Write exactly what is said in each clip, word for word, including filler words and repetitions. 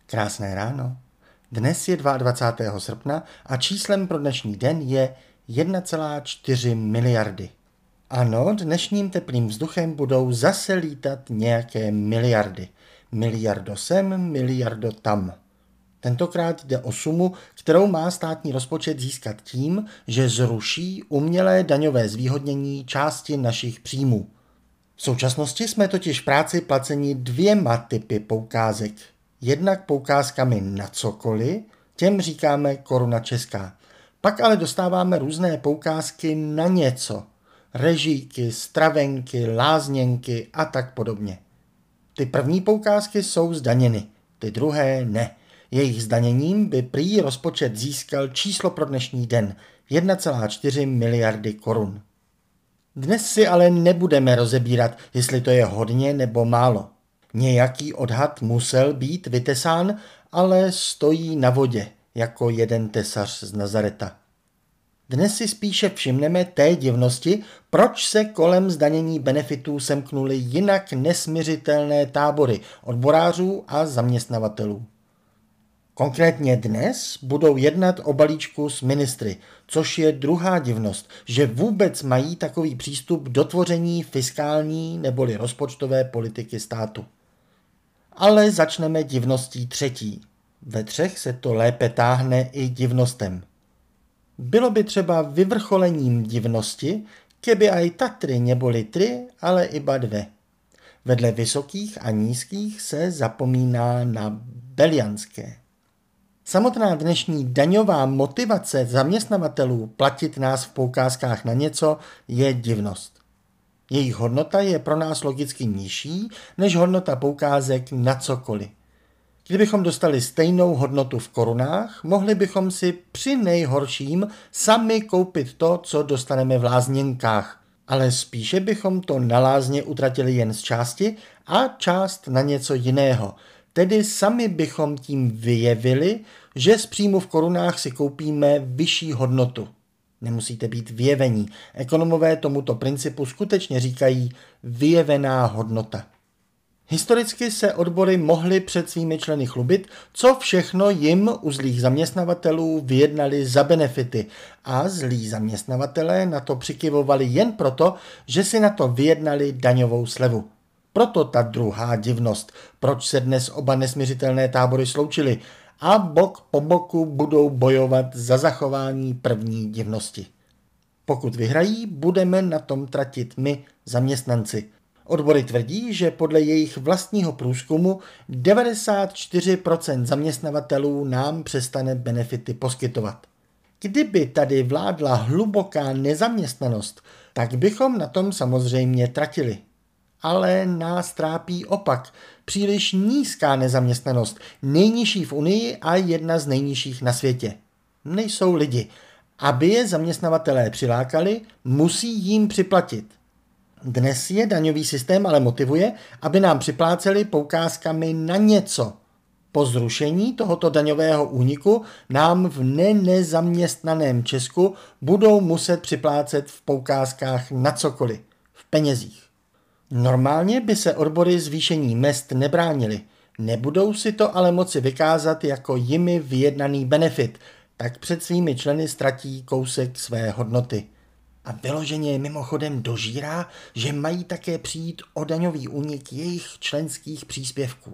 Krásné ráno. Dnes je dvacátého druhého srpna a číslem pro dnešní den je jedna celá čtyři miliardy. Ano, dnešním teplým vzduchem budou zase lítat nějaké miliardy. Miliardo sem, miliardo tam. Tentokrát jde o sumu, kterou má státní rozpočet získat tím, že zruší umělé daňové zvýhodnění části našich příjmů. V současnosti jsme totiž v práci placeni dvěma typy poukázek. Jednak poukázkami na cokoliv, těm říkáme koruna česká. Pak ale dostáváme různé poukázky na něco. Režijky, stravenky, lázněnky a tak podobně. Ty první poukázky jsou zdaněny, ty druhé ne. Jejich zdaněním by prý rozpočet získal číslo pro dnešní den jedna celá čtyři miliardy korun. Dnes si ale nebudeme rozebírat, jestli to je hodně nebo málo. Nějaký odhad musel být vytesán, ale stojí na vodě, jako jeden tesař z Nazareta. Dnes si spíše všimneme té divnosti, proč se kolem zdanění benefitů semknuly jinak nesmiřitelné tábory odborářů a zaměstnavatelů. Konkrétně dnes budou jednat o balíčku s ministry, což je druhá divnost, že vůbec mají takový přístup do tvoření fiskální neboli rozpočtové politiky státu. Ale začneme divností třetí. Ve třech se to lépe táhne i divnostem. Bylo by třeba vyvrcholením divnosti, keby aj Tatry neboli tři, ale iba dvě. Vedle vysokých a nízkých se zapomíná na belianské. Samotná dnešní daňová motivace zaměstnavatelů platit nás v poukázkách na něco je divnost. Jejich hodnota je pro nás logicky nižší než hodnota poukázek na cokoliv. Kdybychom dostali stejnou hodnotu v korunách, mohli bychom si při nejhorším sami koupit to, co dostaneme v lázněnkách, ale spíše bychom to na lázně utratili jen z části a část na něco jiného. Tedy sami bychom tím vyjevili, že z příjmu v korunách si koupíme vyšší hodnotu. Nemusíte být vyjevení. Ekonomové tomuto principu skutečně říkají vyjevená hodnota. Historicky se odbory mohly před svými členy chlubit, co všechno jim u zlých zaměstnavatelů vyjednali za benefity a zlí zaměstnavatelé na to přikyvovali jen proto, že si na to vyjednali daňovou slevu. Proto ta druhá divnost, proč se dnes oba nesmiřitelné tábory sloučily a bok po boku budou bojovat za zachování první divnosti. Pokud vyhrají, budeme na tom tratit my, zaměstnanci. Odbory tvrdí, že podle jejich vlastního průzkumu devadesát čtyři procent zaměstnavatelů nám přestane benefity poskytovat. Kdyby tady vládla hluboká nezaměstnanost, tak bychom na tom samozřejmě tratili. Ale nás trápí opak. Příliš nízká nezaměstnanost, nejnižší v Unii a jedna z nejnižších na světě. Nejsou lidi. Aby je zaměstnavatelé přilákali, musí jim připlatit. Dnes je daňový systém ale motivuje, aby nám připláceli poukázkami na něco. Po zrušení tohoto daňového úniku nám v nenezaměstnaném Česku budou muset připlácet v poukázkách na cokoliv, v penězích. Normálně by se odbory zvýšení mezd nebránily, nebudou si to ale moci vykázat jako jimi vyjednaný benefit, tak před svými členy ztratí kousek své hodnoty. A vyloženě mimochodem dožírá, že mají také přijít o daňový únik jejich členských příspěvků.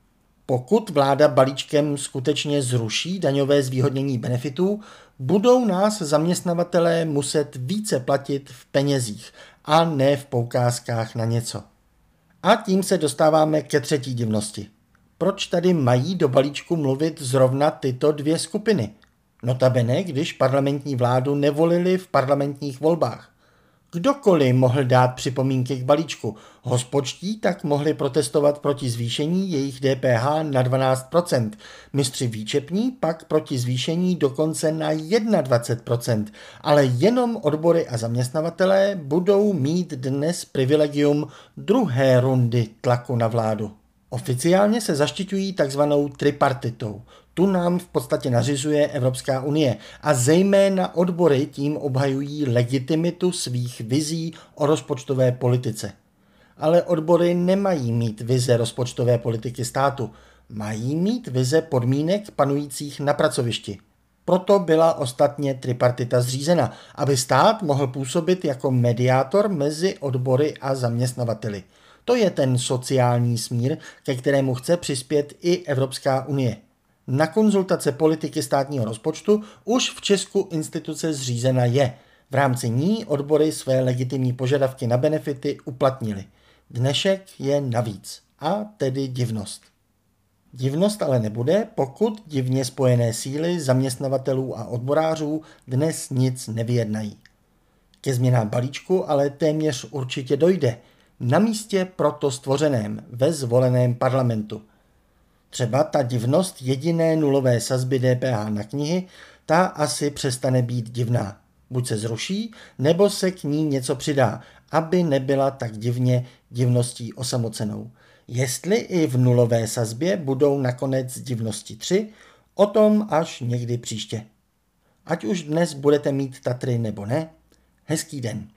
Pokud vláda balíčkem skutečně zruší daňové zvýhodnění benefitů, budou nás zaměstnavatelé muset více platit v penězích a ne v poukázkách na něco. A tím se dostáváme ke třetí divnosti. Proč tady mají do balíčku mluvit zrovna tyto dvě skupiny? Notabene, když parlamentní vládu nevolili v parlamentních volbách. Kdokoliv mohl dát připomínky k balíčku. Hospočtí tak mohli protestovat proti zvýšení jejich D P H na dvanáct procent. Mistři výčepní pak proti zvýšení dokonce na dvacet jedna procent. Ale jenom odbory a zaměstnavatelé budou mít dnes privilegium druhé rundy tlaku na vládu. Oficiálně se zaštiťují takzvanou tripartitou. Tu nám v podstatě nařizuje Evropská unie a zejména odbory tím obhajují legitimitu svých vizí o rozpočtové politice. Ale odbory nemají mít vize rozpočtové politiky státu. mají mít vize podmínek panujících na pracovišti. Proto byla ostatně tripartita zřízena, aby stát mohl působit jako mediátor mezi odbory a zaměstnavateli. To je ten sociální smír, ke kterému chce přispět i Evropská unie. Na konzultace politiky státního rozpočtu už v Česku instituce zřízena je. V rámci ní odbory své legitimní požadavky na benefity uplatnily. Dnešek je navíc, a tedy divnost. Divnost ale nebude, pokud divně spojené síly zaměstnavatelů a odborářů dnes nic nevyjednají. Ke změnám balíčku ale téměř určitě dojde, na místě proto stvořeném ve zvoleném parlamentu. Třeba ta divnost jediné nulové sazby D P H na knihy, ta asi přestane být divná. Buď se zruší, nebo se k ní něco přidá, aby nebyla tak divně divností osamocenou. Jestli i v nulové sazbě budou nakonec divnosti tři, o tom až někdy příště. Ať už dnes budete mít Tatry nebo ne, hezký den.